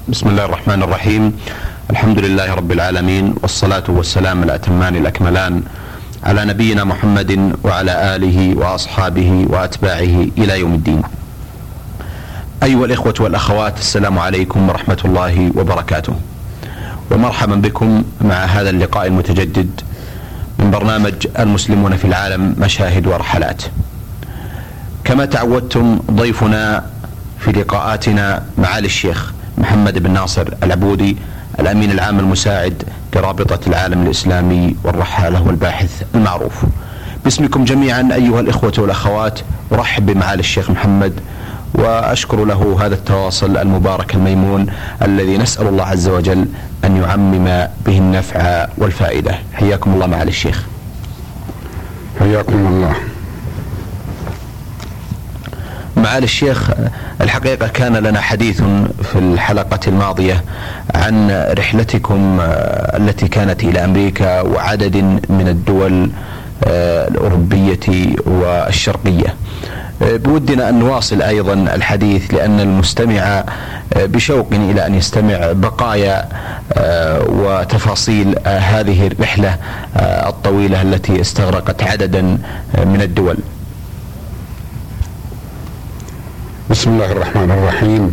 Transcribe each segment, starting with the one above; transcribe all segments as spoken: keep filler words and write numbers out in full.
بسم الله الرحمن الرحيم. الحمد لله رب العالمين، والصلاة والسلام الأتمان الأكملان على نبينا محمد وعلى آله وأصحابه وأتباعه إلى يوم الدين. أيها الإخوة والأخوات، السلام عليكم ورحمة الله وبركاته، ومرحبا بكم مع هذا اللقاء المتجدد من برنامج المسلمون في العالم مشاهد ورحلات. كما تعودتم، ضيفنا في لقاءاتنا معالي الشيخ محمد بن ناصر العبودي، الأمين العام المساعد لرابطة العالم الإسلامي والرحالة والباحث المعروف. باسمكم جميعا أيها الإخوة والأخوات أرحب بمعالي الشيخ محمد، وأشكر له هذا التواصل المبارك الميمون الذي نسأل الله عز وجل أن يعمم به النفع والفائدة. حياكم الله معالي الشيخ. حياكم الله. معالي الشيخ، الحقيقة كان لنا حديث في الحلقة الماضية عن رحلتكم التي كانت إلى أمريكا وعدد من الدول الأوروبية والشرقية. بودنا أن نواصل أيضا الحديث، لأن المستمع بشوق إلى أن يستمع بقايا وتفاصيل هذه الرحلة الطويلة التي استغرقت عددا من الدول. بسم الله الرحمن الرحيم.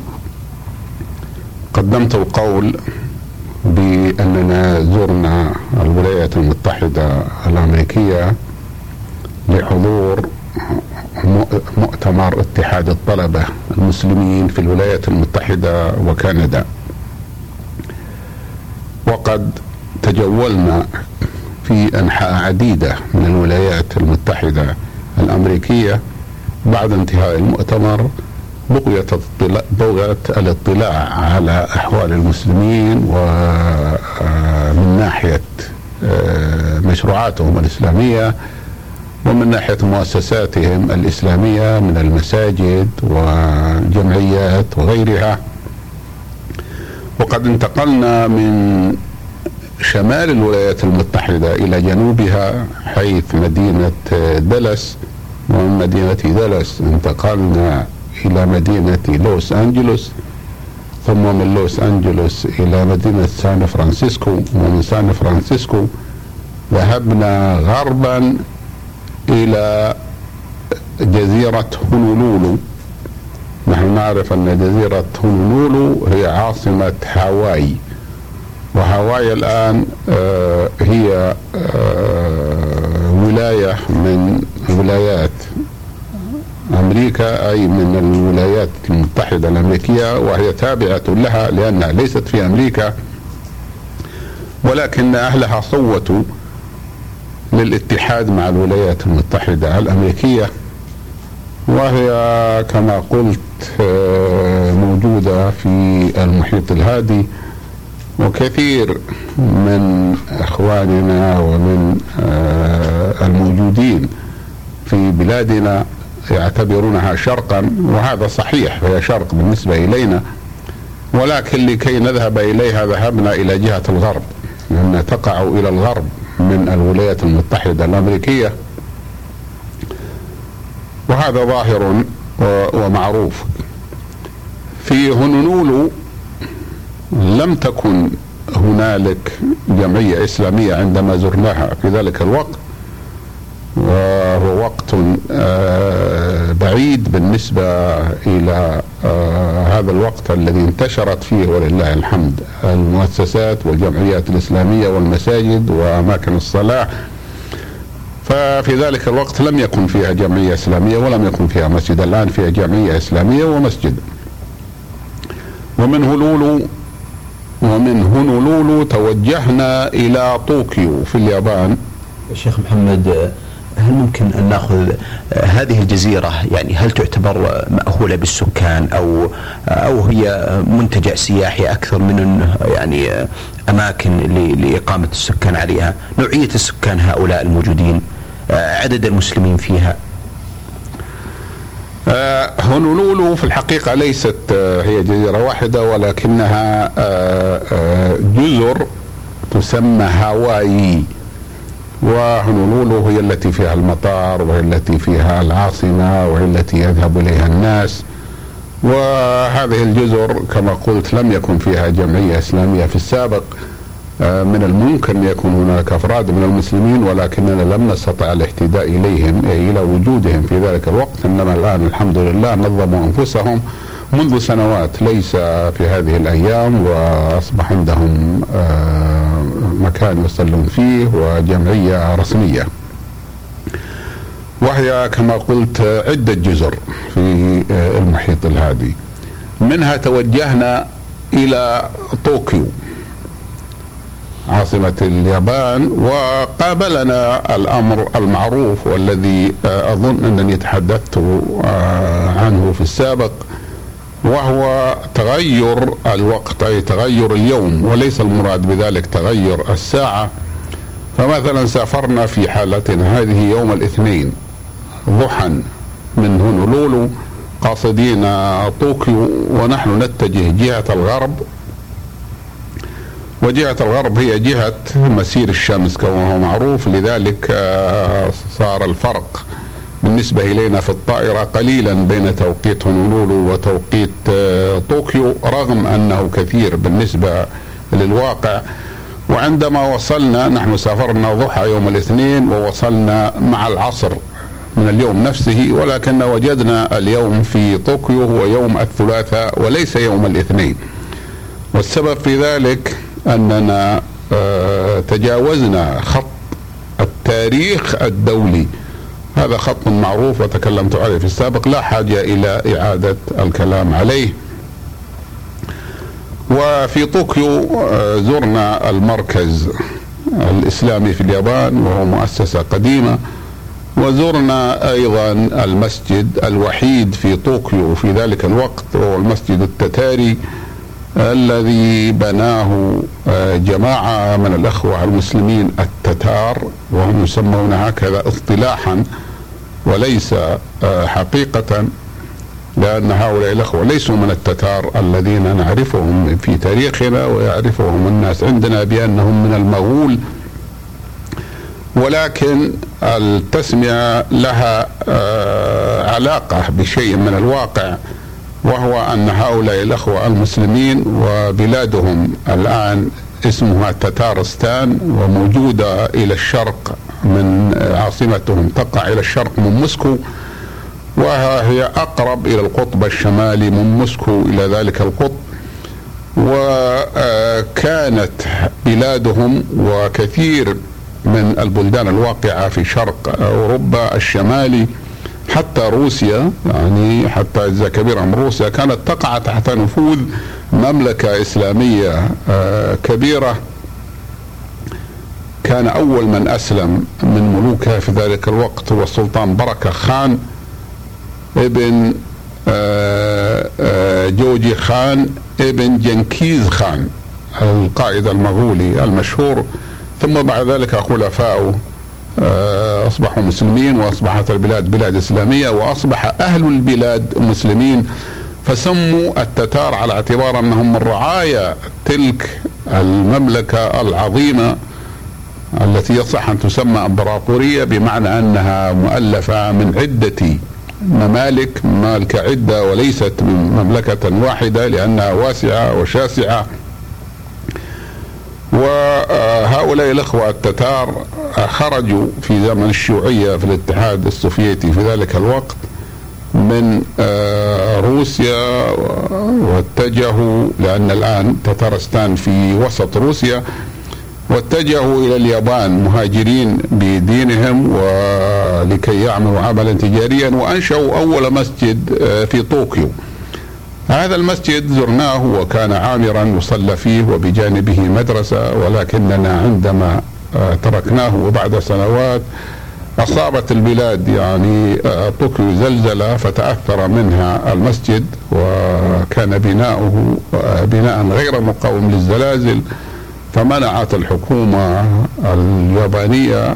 قدمت القول بأننا زرنا الولايات المتحدة الأمريكية لحضور مؤتمر اتحاد الطلبة المسلمين في الولايات المتحدة وكندا، وقد تجولنا في أنحاء عديدة من الولايات المتحدة الأمريكية. بعد انتهاء المؤتمر بغية الاطلاع على أحوال المسلمين ومن ناحية مشروعاتهم الإسلامية ومن ناحية مؤسساتهم الإسلامية من المساجد والجمعيات وغيرها. وقد انتقلنا من شمال الولايات المتحدة إلى جنوبها، حيث مدينة دالاس، ومن مدينة دالاس انتقلنا إلى مدينة لوس أنجلوس، ثم من لوس أنجلوس إلى مدينة سان فرانسيسكو، ومن سان فرانسيسكو ذهبنا غربا إلى جزيرة هونولولو. نحن نعرف أن جزيرة هونولولو هي عاصمة هاواي، وهاواي الآن آه هي آه ولاية من ولايات أمريكا، أي من الولايات المتحدة الأمريكية، وهي تابعة لها لأنها ليست في أمريكا، ولكن أهلها صوتوا للاتحاد مع الولايات المتحدة الأمريكية، وهي كما قلت موجودة في المحيط الهادي. وكثير من اخواننا ومن الموجودين في بلادنا يعتبرونها شرقا، وهذا صحيح، هي شرق بالنسبة الينا، ولكن لكي نذهب اليها ذهبنا الى جهة الغرب، لأنها تقع الى الغرب من الولايات المتحدة الامريكية، وهذا ظاهر ومعروف. في هونولولو لم تكن هنالك جمعية إسلامية عندما زرناها في ذلك الوقت، وهو وقت بعيد بالنسبة إلى هذا الوقت الذي انتشرت فيه ولله الحمد المؤسسات والجمعيات الإسلامية والمساجد وأماكن الصلاة. ففي ذلك الوقت لم يكن فيها جمعية إسلامية ولم يكن فيها مسجد. الآن فيها جمعية إسلامية ومسجد. ومن هونولولو ومن هونولولو توجهنا إلى طوكيو في اليابان. الشيخ محمد، هل ممكن أن نأخذ هذه الجزيرة، يعني هل تعتبر مأهولة بالسكان أو أو هي منتجع سياحي أكثر من يعني أماكن لإقامة السكان عليها؟ نوعية السكان هؤلاء الموجودين، عدد المسلمين فيها؟ هونولولو في الحقيقة ليست هي جزيرة واحدة، ولكنها جزر تسمى هاواي، وهونولولو هي التي فيها المطار، وهي التي فيها العاصمة، وهي التي يذهب إليها الناس، وهذه الجزر كما قلت لم يكن فيها جمعية إسلامية في السابق. من الممكن أن يكون هناك أفراد من المسلمين، ولكننا لم نستطع الاهتداء إليهم إلى وجودهم في ذلك الوقت، إنما الآن الحمد لله نظموا أنفسهم منذ سنوات ليس في هذه الأيام، وأصبح عندهم مكان يصلون فيه وجمعية رسمية، وهي كما قلت عدة جزر في المحيط الهادي. منها توجهنا إلى طوكيو عاصمة اليابان، وقابلنا الأمر المعروف والذي أظن أنني تحدثت عنه في السابق، وهو تغير الوقت، أي تغير اليوم، وليس المراد بذلك تغير الساعة. فمثلا سافرنا في حالتنا هذه يوم الاثنين ضحى من هونولولو قاصدين طوكيو، ونحن نتجه جهة الغرب، وجهة الغرب هي جهة مسير الشمس كما هو معروف، لذلك صار الفرق بالنسبة إلينا في الطائرة قليلا بين توقيت هونولولو وتوقيت طوكيو، رغم أنه كثير بالنسبة للواقع. وعندما وصلنا، نحن سافرنا ضحى يوم الاثنين ووصلنا مع العصر من اليوم نفسه، ولكن وجدنا اليوم في طوكيو هو يوم الثلاثاء وليس يوم الاثنين. والسبب في ذلك أننا تجاوزنا خط التاريخ الدولي، هذا خط معروف وتكلمت عليه في السابق، لا حاجة إلى إعادة الكلام عليه. وفي طوكيو زرنا المركز الإسلامي في اليابان وهو مؤسسة قديمة، وزرنا أيضا المسجد الوحيد في طوكيو في ذلك الوقت وهو المسجد التتاري الذي بناه جماعة من الأخوة المسلمين التتار، وهم يسمون هكذا اصطلاحا وليس حقيقة، لأن هؤلاء الأخوة ليسوا من التتار الذين نعرفهم في تاريخنا ويعرفهم الناس عندنا بأنهم من المغول، ولكن التسمية لها علاقة بشيء من الواقع، وهو أن هؤلاء الأخوة المسلمين وبلادهم الآن اسمها تتارستان، وموجودة إلى الشرق من عاصمتهم تقع إلى الشرق من موسكو، وهي أقرب إلى القطب الشمالي من موسكو إلى ذلك القطب. وكانت بلادهم وكثير من البلدان الواقعة في شرق أوروبا الشمالي حتى روسيا، يعني حتى أجزاء كبيرة من روسيا كانت تقع تحت نفوذ مملكة إسلامية كبيرة. كان أول من أسلم من ملوكها في ذلك الوقت هو السلطان بركة خان ابن جوجي خان ابن جنكيز خان القائد المغولي المشهور، ثم بعد ذلك خلفاؤه أصبحوا مسلمين، وأصبحت البلاد بلاد إسلامية، وأصبح أهل البلاد مسلمين، فسموا التتار على اعتبار أنهم من رعايا تلك المملكة العظيمة التي يصح أن تسمى إمبراطورية، بمعنى أنها مؤلفة من عدة ممالك، ممالك عدة وليست من مملكة واحدة لأنها واسعة وشاسعة. وهؤلاء الأخوة التتار خرجوا في زمن الشيوعية في الاتحاد السوفيتي في ذلك الوقت من روسيا، واتجهوا، لأن الآن تتارستان في وسط روسيا، واتجهوا إلى اليابان مهاجرين بدينهم ولكي يعملوا عملا تجاريا، وأنشأوا أول مسجد في طوكيو. هذا المسجد زرناه وكان عامرا يصلى فيه وبجانبه مدرسة، ولكننا عندما تركناه وبعد سنوات أصابت البلاد يعني طوكيو زلزلة فتأثر منها المسجد، وكان بناؤه بناء غير مقاوم للزلازل، فمنعت الحكومة اليابانية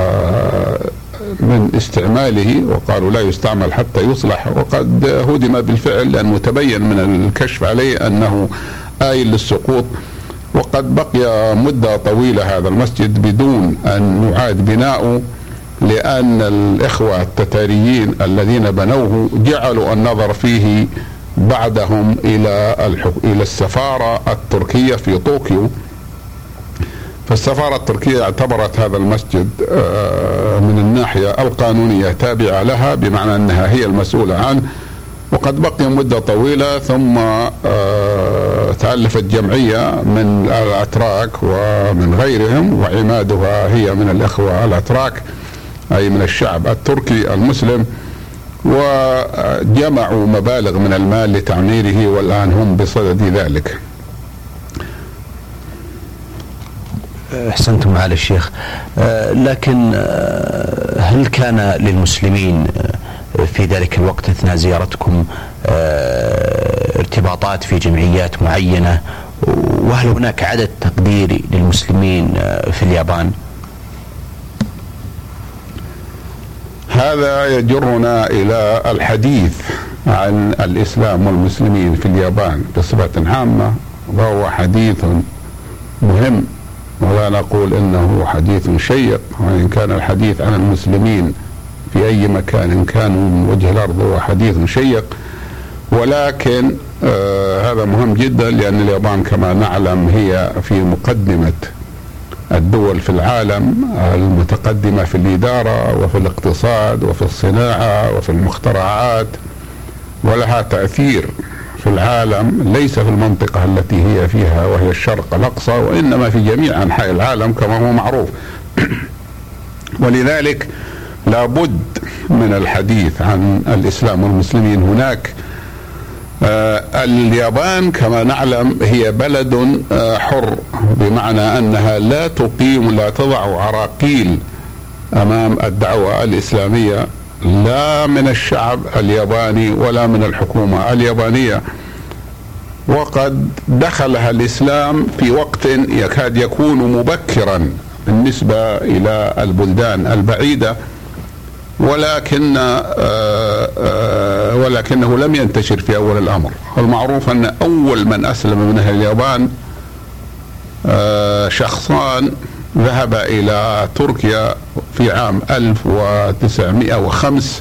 من استعماله وقالوا لا يستعمل حتى يصلح، وقد هدم بالفعل لأنه متبين من الكشف عليه أنه آيل للسقوط. وقد بقي مدة طويلة هذا المسجد بدون أن يعاد بناؤه، لأن الإخوة التتاريين الذين بنوه جعلوا النظر فيه بعدهم إلى إلى السفارة التركية في طوكيو. فالسفارة التركية اعتبرت هذا المسجد من الناحية القانونية تابعة لها، بمعنى أنها هي المسؤولة عنه، وقد بقي مدة طويلة ثم تألفت جمعية من الأتراك ومن غيرهم، وعمادها هي من الإخوة الأتراك أي من الشعب التركي المسلم، وجمعوا مبالغ من المال لتعميره، والآن هم بصدد ذلك. أحسنتم معالي الشيخ. لكن هل كان للمسلمين في ذلك الوقت أثناء زيارتكم ارتباطات في جمعيات معينة، وهل هناك عدد تقديري للمسلمين في اليابان؟ هذا يجرنا إلى الحديث عن الإسلام والمسلمين في اليابان بصفة عامة، وهو حديث مهم، ولا نقول إنه حديث شيق، وإن كان الحديث عن المسلمين في أي مكان كانوا من وجه الأرض هو حديث شيق، ولكن آه هذا مهم جدا، لأن اليابان كما نعلم هي في مقدمة الدول في العالم المتقدمة في الإدارة وفي الاقتصاد وفي الصناعة وفي المخترعات، ولها تأثير في العالم ليس في المنطقة التي هي فيها وهي الشرق الأقصى، وإنما في جميع أنحاء العالم كما هو معروف. ولذلك لابد من الحديث عن الإسلام والمسلمين هناك. آه اليابان كما نعلم هي بلد آه حر، بمعنى أنها لا تقيم لا تضع عراقيل أمام الدعوة الإسلامية، لا من الشعب الياباني ولا من الحكومة اليابانية. وقد دخلها الإسلام في وقت يكاد يكون مبكرا بالنسبة إلى البلدان البعيدة، ولكن ولكنه لم ينتشر في أول الأمر. المعروف أن أول من أسلم من أهل اليابان شخصان ذهب إلى تركيا في عام ألف وتسعمائة وخمسة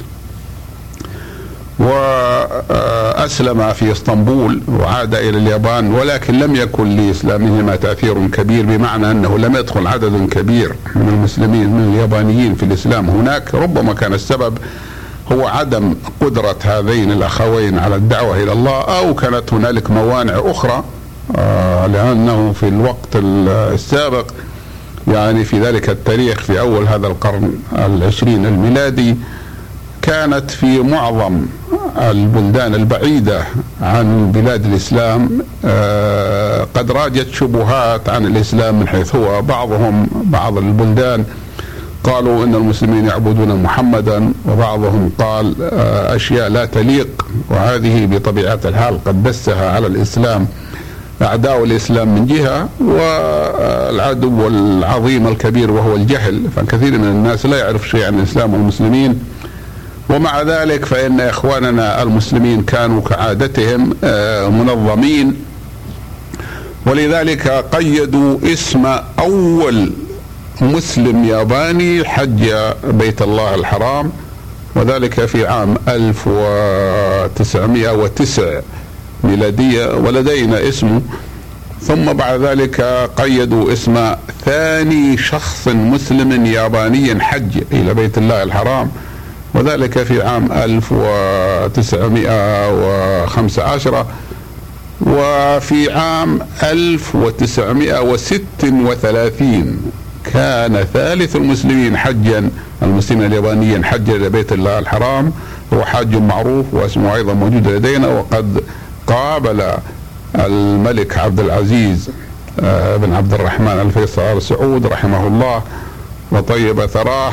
وأسلم في اسطنبول وعاد إلى اليابان، ولكن لم يكن لإسلامهما تأثير كبير، بمعنى أنه لم يدخل عدد كبير من المسلمين من اليابانيين في الإسلام هناك. ربما كان السبب هو عدم قدرة هذين الأخوين على الدعوة إلى الله، أو كانت هنالك موانع أخرى، لأنه في الوقت السابق يعني في ذلك التاريخ في أول هذا القرن العشرين الميلادي كانت في معظم البلدان البعيدة عن بلاد الإسلام قد راجت شبهات عن الإسلام، من حيث هو بعضهم بعض البلدان قالوا إن المسلمين يعبدون محمدا، وبعضهم قال أشياء لا تليق، وهذه بطبيعة الحال قد دسها على الإسلام أعداء الإسلام من جهة، والعدو العظيم الكبير وهو الجهل، فكثير من الناس لا يعرف شيء عن الإسلام والمسلمين. ومع ذلك فإن إخواننا المسلمين كانوا كعادتهم منظمين، ولذلك قيدوا اسم أول مسلم ياباني حج بيت الله الحرام، وذلك في عام ألف وتسعمائة وتسعة ميلادية، ولدينا اسمه. ثم بعد ذلك قيدوا اسم ثاني شخص مسلم ياباني حج إلى بيت الله الحرام، وذلك في عام ألف وتسعمائة وخمسة عشر. وفي عام ألف وتسعمائة وستة وثلاثين كان ثالث المسلمين حجا المسلمين اليابانيين حجا إلى بيت الله الحرام، هو حاج معروف واسمه أيضا موجود لدينا، وقد قابل الملك عبد العزيز بن عبد الرحمن الفيصل آل سعود رحمه الله وطيب ثراه،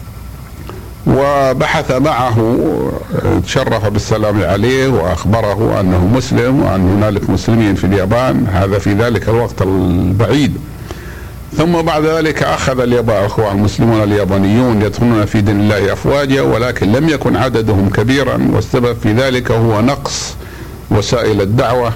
وبحث معه، تشرف بالسلام عليه وأخبره أنه مسلم وأن هنالك مسلمين في اليابان، هذا في ذلك الوقت البعيد. ثم بعد ذلك أخذ اليابان أخوة المسلمون اليابانيون يدخلون في دين الله أفواجا، ولكن لم يكن عددهم كبيرا، والسبب في ذلك هو نقص وسائل الدعوة،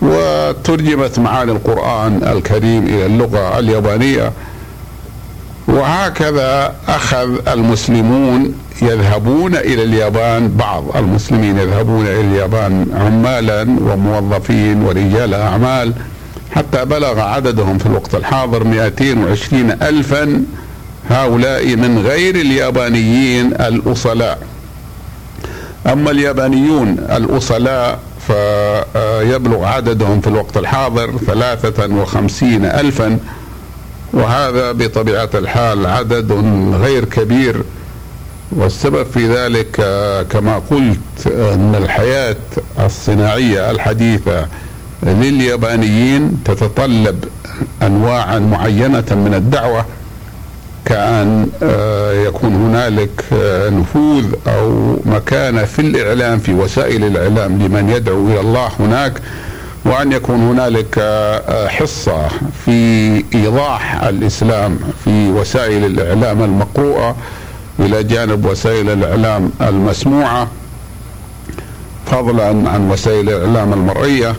وترجمت معاني القرآن الكريم إلى اللغة اليابانية، وهكذا أخذ المسلمون يذهبون إلى اليابان، بعض المسلمين يذهبون إلى اليابان عمالا وموظفين ورجال أعمال، حتى بلغ عددهم في الوقت الحاضر مئتين وعشرين ألفا، هؤلاء من غير اليابانيين الأصلاء. أما اليابانيون الأصلاء فيبلغ عددهم في الوقت الحاضر ثلاثة وخمسين ألفا، وهذا بطبيعة الحال عدد غير كبير. والسبب في ذلك كما قلت أن الحياة الصناعية الحديثة لليابانيين تتطلب أنواعا معينة من الدعوة، كأن يكون هنالك نفوذ أو مكانة في الإعلام، في وسائل الإعلام لمن يدعو إلى الله هناك، وأن يكون هنالك حصة في إيضاح الإسلام في وسائل الإعلام المقروءة إلى جانب وسائل الإعلام المسموعة، فضلا عن وسائل الإعلام المرئية.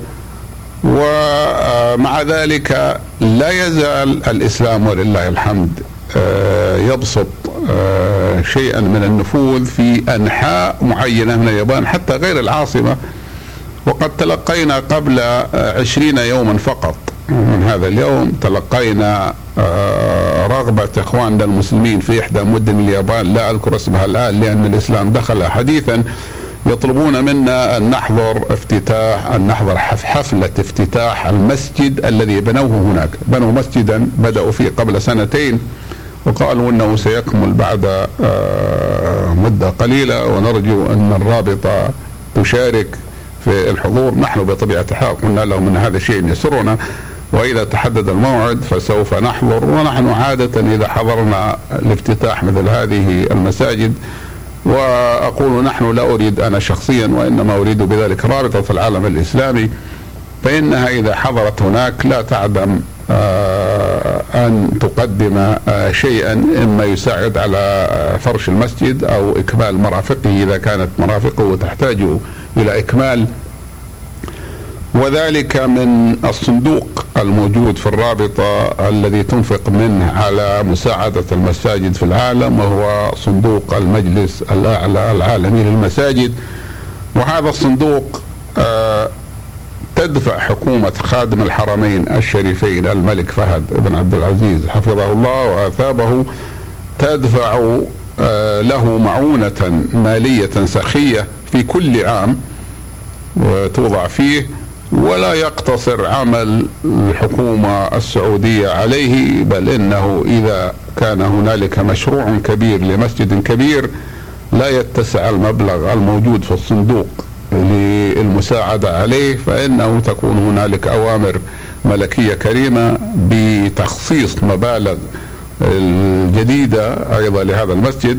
ومع ذلك لا يزال الإسلام ولله الحمد يبسط شيئا من النفوذ في أنحاء معينة من اليابان حتى غير العاصمة. وقد تلقينا قبل عشرين يوما فقط من هذا اليوم، تلقينا رغبة إخواننا المسلمين في إحدى مدن اليابان، لا أذكر اسمها الآن لأن الإسلام دخل حديثا، يطلبون منا أن نحضر افتتاح أن نحضر حفلة افتتاح المسجد الذي بنوه هناك. بنوا مسجدا بدأوا فيه قبل سنتين، وقالوا أنه سيكمل بعد مدة قليلة، ونرجو أن الرابطة تشارك في الحضور. نحن بطبيعة الحال قلنا لهم أن هذا شيء يسرنا، وإذا تحدد الموعد فسوف نحضر. ونحن عادة إذا حضرنا لافتتاح مثل هذه المساجد، وأقول نحن لا أريد أنا شخصيا، وإنما أريد بذلك رابطة العالم الإسلامي، فإنها إذا حضرت هناك لا تعدم أن تقدم شيئا إما يساعد على فرش المسجد أو إكمال مرافقه إذا كانت مرافقه تحتاج إلى إكمال، وذلك من الصندوق الموجود في الرابطة الذي تنفق منه على مساعدة المساجد في العالم، وهو صندوق المجلس الأعلى العالمي للمساجد. وهذا الصندوق آه تدفع حكومة خادم الحرمين الشريفين الملك فهد بن عبد العزيز حفظه الله وأثابه، تدفع آه له معونة مالية سخية في كل عام وتوضع فيه، ولا يقتصر عمل الحكومة السعودية عليه، بل إنه إذا كان هنالك مشروع كبير لمسجد كبير لا يتسع المبلغ الموجود في الصندوق للمساعدة عليه، فإنه تكون هنالك أوامر ملكية كريمة بتخصيص مبالغ الجديدة أيضا لهذا المسجد.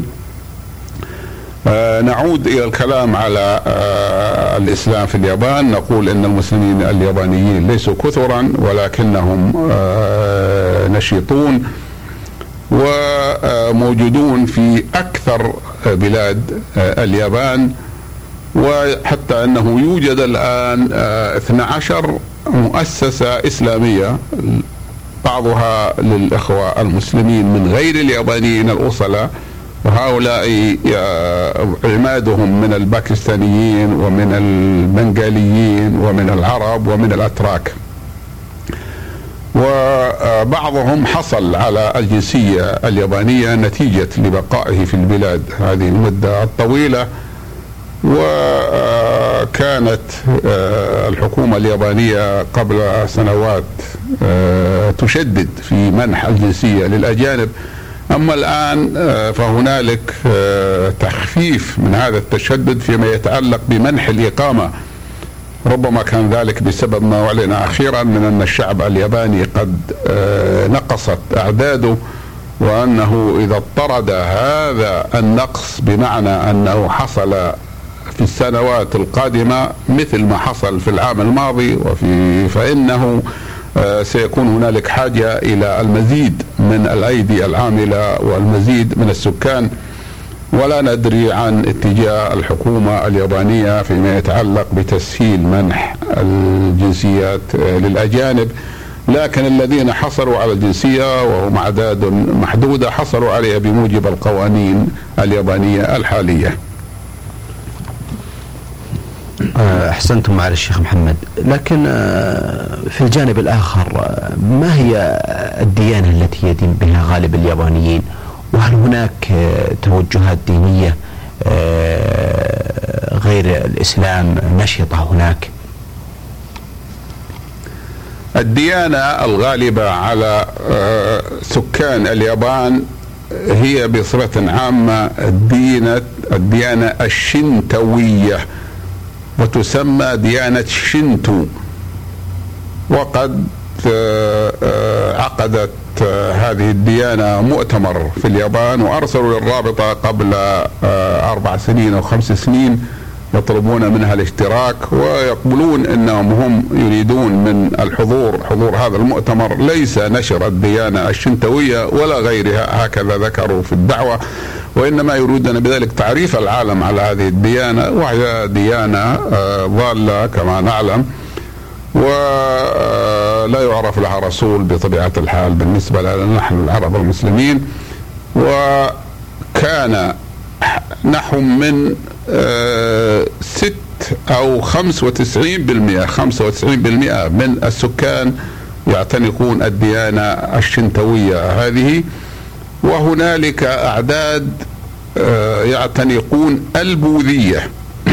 آه نعود إلى الكلام على آه الإسلام في اليابان. نقول إن المسلمين اليابانيين ليسوا كثرا، ولكنهم آه نشيطون وموجودون في أكثر بلاد آه اليابان، وحتى أنه يوجد الآن آه اثنتا عشرة مؤسسة إسلامية، بعضها للإخوة المسلمين من غير اليابانيين الأصلاء، وهؤلاء عمادهم من الباكستانيين ومن البنغاليين ومن العرب ومن الأتراك، وبعضهم حصل على الجنسية اليابانية نتيجة لبقائه في البلاد هذه المدة الطويلة. وكانت الحكومة اليابانية قبل سنوات تشدد في منح الجنسية للأجانب، أما الآن فهنالك تخفيف من هذا التشدد فيما يتعلق بمنح الإقامة. ربما كان ذلك بسبب ما أعلن أخيرا من أن الشعب الياباني قد نقصت أعداده، وأنه إذا اضطرد هذا النقص بمعنى أنه حصل في السنوات القادمة مثل ما حصل في العام الماضي وفي فإنه سيكون هنالك حاجة إلى المزيد من الأيدي العاملة والمزيد من السكان. ولا ندري عن اتجاه الحكومة اليابانية فيما يتعلق بتسهيل منح الجنسيات للأجانب، لكن الذين حصلوا على الجنسية وهم أعداد محدودة حصلوا عليها بموجب القوانين اليابانية الحالية. أحسنتم معالي الشيخ محمد، لكن في الجانب الآخر ما هي الديانة التي يدين بها غالب اليابانيين؟ وهل هناك توجهات دينية غير الإسلام نشطة هناك؟ الديانة الغالبة على سكان اليابان هي بصفة عامة الدينة الديانة الشنتوية، وتسمى ديانة شينتو. وقد عقدت هذه الديانة مؤتمر في اليابان وأرسلوا للرابطة قبل أربع سنين أو خمس سنين يطلبون منها الاشتراك، ويقولون أنهم هم يريدون من الحضور حضور هذا المؤتمر ليس نشر الديانة الشنتوية ولا غيرها، هكذا ذكروا في الدعوة، وإنما يريدون بذلك تعريف العالم على هذه الديانة، وهي ديانة ضالة كما نعلم، ولا يعرف لها رسول بطبيعة الحال بالنسبة لنا نحن العرب المسلمين. وكان نحو من ست أو خمس وتسعين بالمئة خمسة وتسعين بالمئة من السكان يعتنقون الديانة الشنتوية هذه، وهنالك أعداد يعتنقون البوذية.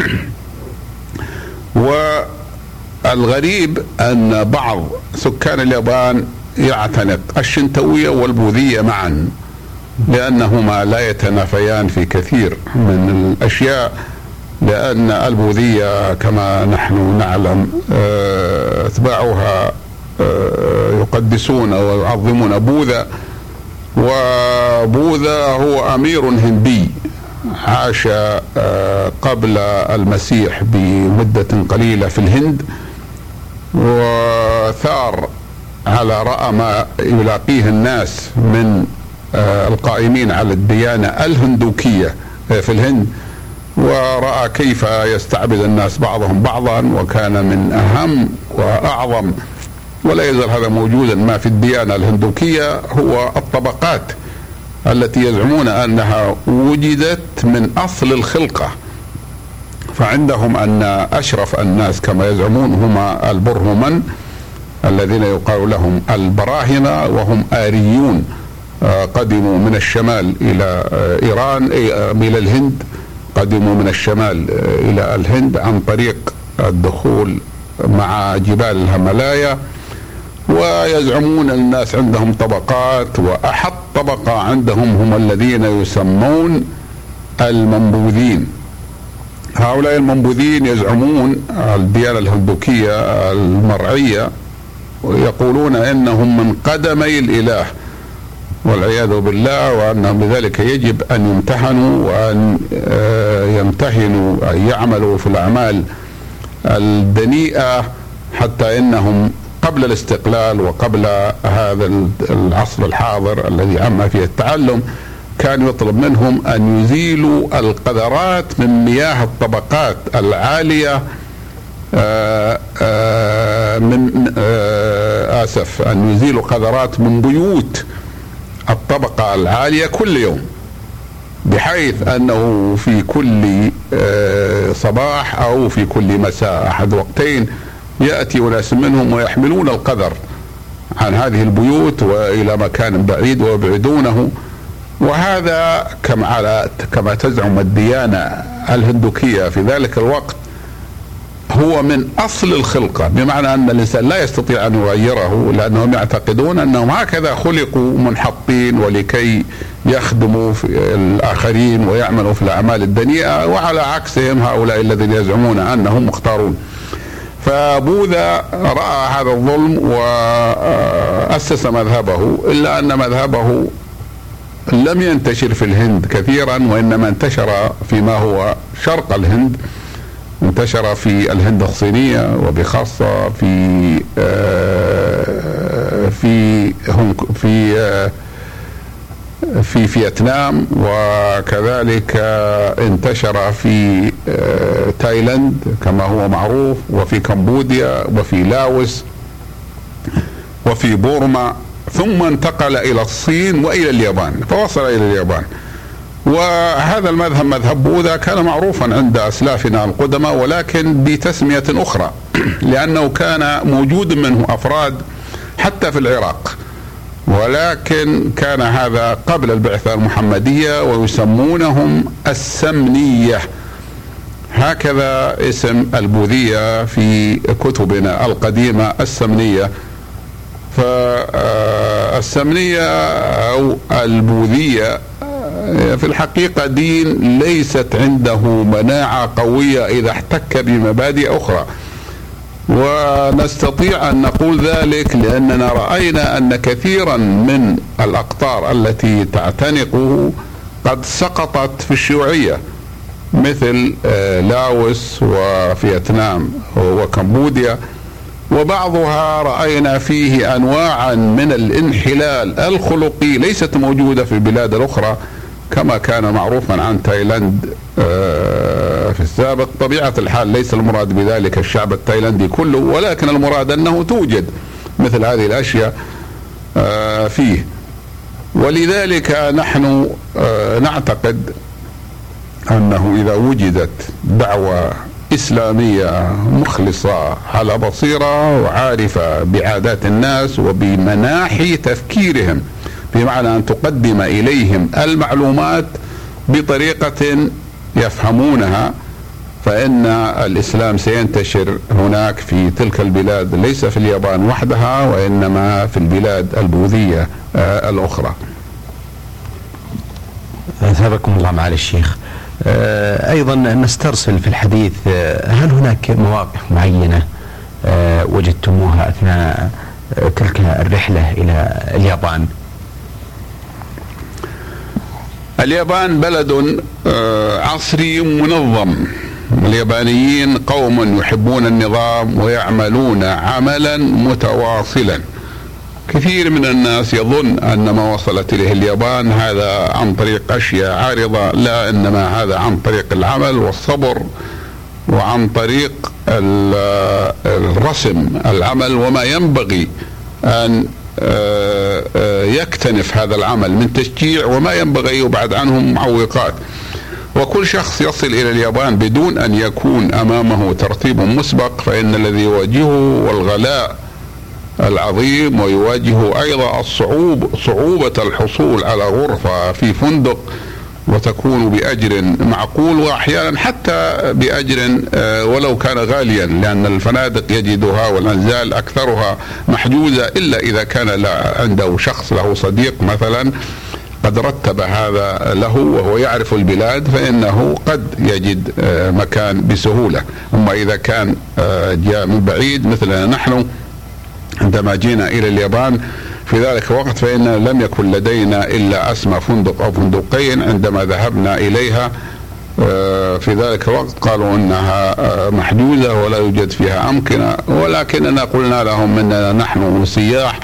والغريب أن بعض سكان اليابان يعتنق الشنتوية والبوذية معا، لأنهما لا يتنافيان في كثير من الأشياء، لأن البوذية كما نحن نعلم أتباعها يقدسون ويعظمون بوذا، وبوذا هو أمير هندي عاش قبل المسيح بمدة قليلة في الهند، وثار على رأى ما يلاقيه الناس من القائمين على الديانة الهندوكية في الهند، ورأى كيف يستعبد الناس بعضهم بعضا، وكان من أهم وأعظم ولا يزال هذا موجودا ما في الديانة الهندوكية هو الطبقات التي يزعمون أنها وجدت من أصل الخلقة. فعندهم أن أشرف الناس كما يزعمون هم البرهمن الذين يقال لهم البراهمة، وهم آريون قدموا من الشمال إلى إيران إلى الهند، قدموا من الشمال إلى الهند عن طريق الدخول مع جبال الهيمالايا، ويزعمون الناس عندهم طبقات، وأحط طبقة عندهم هم الذين يسمون المنبوذين. هؤلاء المنبوذين يزعمون الديانة الهندوكية المرعية، ويقولون إنهم من قدمي الإله والعياذ بالله، وأنهم بذلك يجب أن يمتحنوا وأن يمتهنوا أن يعملوا في الأعمال الدنيئة، حتى إنهم قبل الاستقلال وقبل هذا العصر الحاضر الذي عم فيه التعلم كان يطلب منهم أن يزيلوا القذرات من مياه الطبقات العالية آآ آآ من آآ آسف أن يزيلوا قذرات من بيوت الطبقة العالية كل يوم، بحيث أنه في كل صباح أو في كل مساء أحد وقتين يأتي أناس منهم ويحملون القذر عن هذه البيوت وإلى مكان بعيد ويبعدونه. وهذا كما على كما تزعم الديانة الهندوكية في ذلك الوقت هو من أصل الخلقة، بمعنى أن الإنسان لا يستطيع أن يغيره، لأنهم يعتقدون أنهم هكذا خلقوا منحطين ولكي يخدموا في الآخرين ويعملوا في الأعمال الدنيئة، وعلى عكسهم هؤلاء الذين يزعمون أنهم مختارون. فبوذا رأى هذا الظلم وأسس مذهبه، إلا أن مذهبه لم ينتشر في الهند كثيرا، وإنما انتشر فيما هو شرق الهند، انتشر في الهند الصينية، وبخاصة في في في في فيتنام، وكذلك انتشر في تايلاند كما هو معروف، وفي كمبوديا، وفي لاوس، وفي بورما، ثم انتقل إلى الصين وإلى اليابان، فوصل إلى اليابان. وهذا المذهب مذهب بوذا كان معروفا عند أسلافنا القدماء، ولكن بتسمية أخرى، لأنه كان موجود منه أفراد حتى في العراق، ولكن كان هذا قبل البعثة المحمدية، ويسمونهم السمنية، هكذا اسم البوذية في كتبنا القديمة السمنية. فالسمنية أو البوذية في الحقيقة دين ليست عنده مناعة قوية إذا احتك بمبادئ أخرى، ونستطيع أن نقول ذلك لأننا رأينا أن كثيرا من الأقطار التي تعتنقه قد سقطت في الشيوعية، مثل لاوس وفيتنام وكمبوديا، وبعضها رأينا فيه أنواعا من الانحلال الخلقي ليست موجودة في البلاد الأخرى، كما كان معروفا عن تايلاند في السابق. طبيعة الحال ليس المراد بذلك الشعب التايلاندي كله، ولكن المراد أنه توجد مثل هذه الأشياء فيه. ولذلك نحن نعتقد أنه إذا وجدت دعوة إسلامية مخلصة على بصيرة وعارفة بعادات الناس وبمناحي تفكيرهم، بمعنى أن تقدم إليهم المعلومات بطريقة يفهمونها، فإن الإسلام سينتشر هناك في تلك البلاد، ليس في اليابان وحدها وإنما في البلاد البوذية الأخرى. أثابكم الله معالي الشيخ. أيضا نسترسل في الحديث، هل هناك مواقف معينة وجدتموها أثناء تلك الرحلة إلى اليابان؟ اليابان بلد عصري منظم، اليابانيين قوم يحبون النظام ويعملون عملا متواصلا. كثير من الناس يظن أن ما وصلت إليه اليابان هذا عن طريق أشياء عارضة، لا، إنما هذا عن طريق العمل والصبر، وعن طريق الرسم العمل وما ينبغي أن يكتنف هذا العمل من تشجيع، وما ينبغي يبعد عنهم معوقات. وكل شخص يصل إلى اليابان بدون أن يكون أمامه ترتيب مسبق، فإن الذي يواجهه والغلاء العظيم، ويواجه أيضا الصعوبة صعوبة الحصول على غرفة في فندق، وتكون بأجر معقول، وأحيانا حتى بأجر ولو كان غاليا، لأن الفنادق يجدها والأنزال أكثرها محجوزة، إلا إذا كان عنده شخص له صديق مثلا قد رتب هذا له وهو يعرف البلاد، فإنه قد يجد مكان بسهولة. أما إذا كان جاء من بعيد مثلنا نحن عندما جينا إلى اليابان في ذلك الوقت، فإن لم يكن لدينا إلا أسمى فندق أو فندقين. عندما ذهبنا إليها في ذلك الوقت قالوا أنها محجوزة ولا يوجد فيها أمكنة، ولكننا قلنا لهم أننا نحن سياح.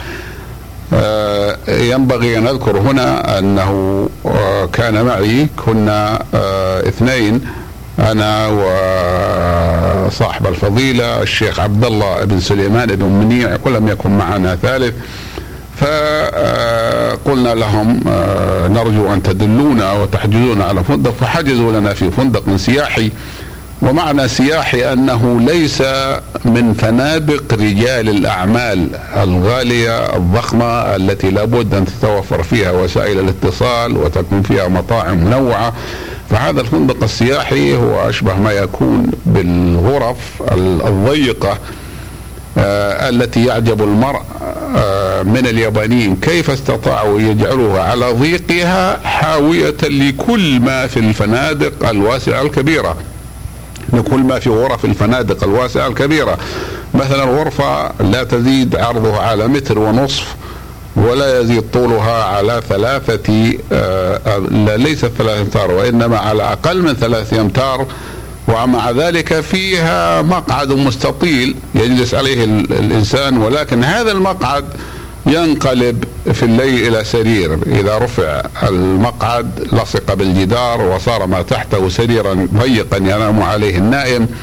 ينبغي أن أذكر هنا أنه كان معي، كنا اثنين، أنا وصاحب الفضيلة الشيخ عبد الله بن سليمان بن منيع، ولم يكن معنا ثالث. فقلنا لهم نرجو أن تدلونا وتحجزونا على فندق، فحجزوا لنا في فندق سياحي. ومعنى سياحي أنه ليس من فنادق رجال الأعمال الغالية الضخمة التي لابد أن تتوفر فيها وسائل الاتصال وتكون فيها مطاعم منوعة. فهذا الفندق السياحي هو أشبه ما يكون بالغرف الضيقة آه التي يعجب المرء آه من اليابانيين كيف استطاعوا يجعلوها على ضيقها حاوية لكل ما في الفنادق الواسعة الكبيرة، لكل ما في غرف الفنادق الواسعة الكبيرة. مثلا غرفة لا تزيد عرضها على متر ونصف، ولا يزيد طولها على ثلاثة آه ليس ثلاثة أمتار، وإنما على أقل من ثلاثة أمتار. ومع ذلك فيها مقعد مستطيل يجلس عليه الإنسان، ولكن هذا المقعد ينقلب في الليل إلى سرير. إذا رفع المقعد لصق بالجدار وصار ما تحته سريرا ضيقا ينام عليه النائم.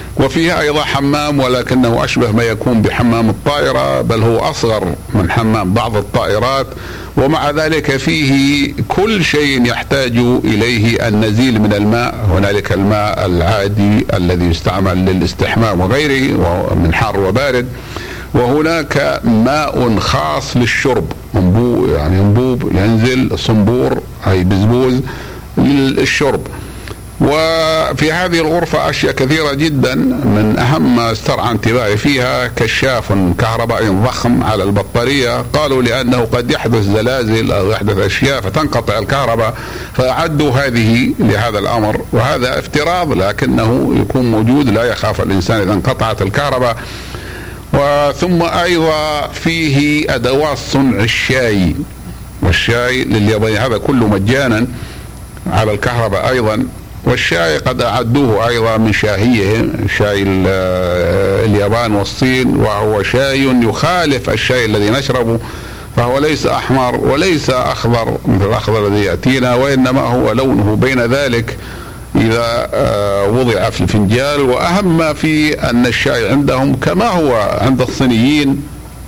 وفيه أيضا حمام، ولكنه أشبه ما يكون بحمام الطائرة، بل هو أصغر من حمام بعض الطائرات، ومع ذلك فيه كل شيء يحتاج إليه النزيل من الماء. هنالك الماء العادي الذي يستعمل للاستحمام وغيره من حار وبارد، وهناك ماء خاص للشرب، انبوب يعني انبوب ينزل صنبور أي بزبوز للشرب. وفي هذه الغرفة أشياء كثيرة جدا، من أهم ما استرعى انتباهي فيها كشاف كهربائي ضخم على البطارية، قالوا لأنه قد يحدث زلازل أو يحدث أشياء فتنقطع الكهرباء، فأعدوا هذه لهذا الأمر، وهذا افتراض لكنه يكون موجود، لا يخاف الإنسان إذا انقطعت الكهرباء. وثم أيضا فيه أدوات صنع الشاي، والشاي للياباني هذا كله مجانا على الكهرباء أيضا. والشاي قد أعدوه أيضا من شاهيهم، شاي اليابان والصين، وهو شاي يخالف الشاي الذي نشربه، فهو ليس أحمر وليس أخضر مثل الأخضر الذي يأتينا، وإنما هو لونه بين ذلك إذا وضع في الفنجال. وأهم ما في أن الشاي عندهم كما هو عند الصينيين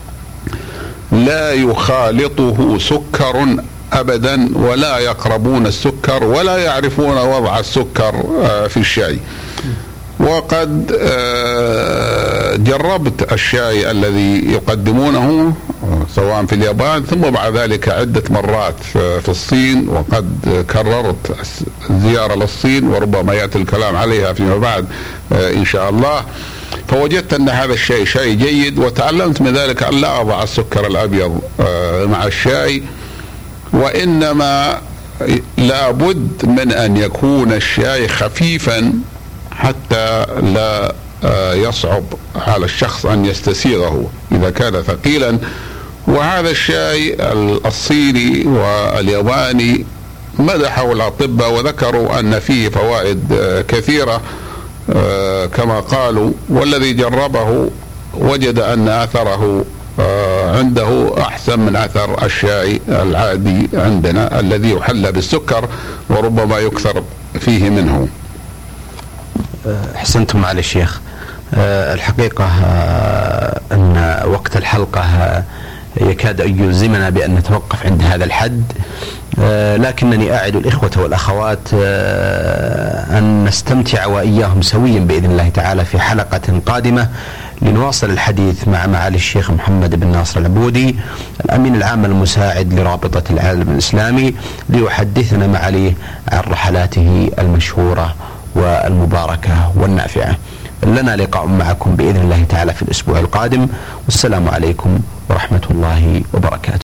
لا يخالطه سكر أبدا، ولا يقربون السكر ولا يعرفون وضع السكر في الشاي. وقد جربت الشاي الذي يقدمونه سواء في اليابان ثم بعد ذلك عدة مرات في الصين، وقد كررت الزيارة للصين وربما يأتي الكلام عليها فيما بعد إن شاء الله. فوجدت أن هذا الشاي شاي جيد، وتعلمت من ذلك أن لا أضع السكر الأبيض مع الشاي، وإنما لابد من أن يكون الشاي خفيفا حتى لا يصعب على الشخص أن يستسيغه إذا كان ثقيلا. وهذا الشاي الصيني والياباني مدحه الأطباء وذكروا أن فيه فوائد كثيرة كما قالوا، والذي جربه وجد أن أثره عنده أحسن من أثر الشاي العادي عندنا الذي يحلى بالسكر وربما يكثر فيه منه. أحسنتم معالي الشيخ. الحقيقة أن وقت الحلقة يكاد أن يلزمنا بأن نتوقف عند هذا الحد، لكنني أعد الإخوة والأخوات أن نستمتع وإياهم سويا بإذن الله تعالى في حلقة قادمة لنواصل الحديث مع معالي الشيخ محمد بن ناصر العبودي الأمين العام المساعد لرابطة العالم الإسلامي، ليحدثنا معاليه عن رحلاته المشهورة والمباركة والنافعة. لنا لقاء معكم بإذن الله تعالى في الأسبوع القادم، والسلام عليكم ورحمة الله وبركاته.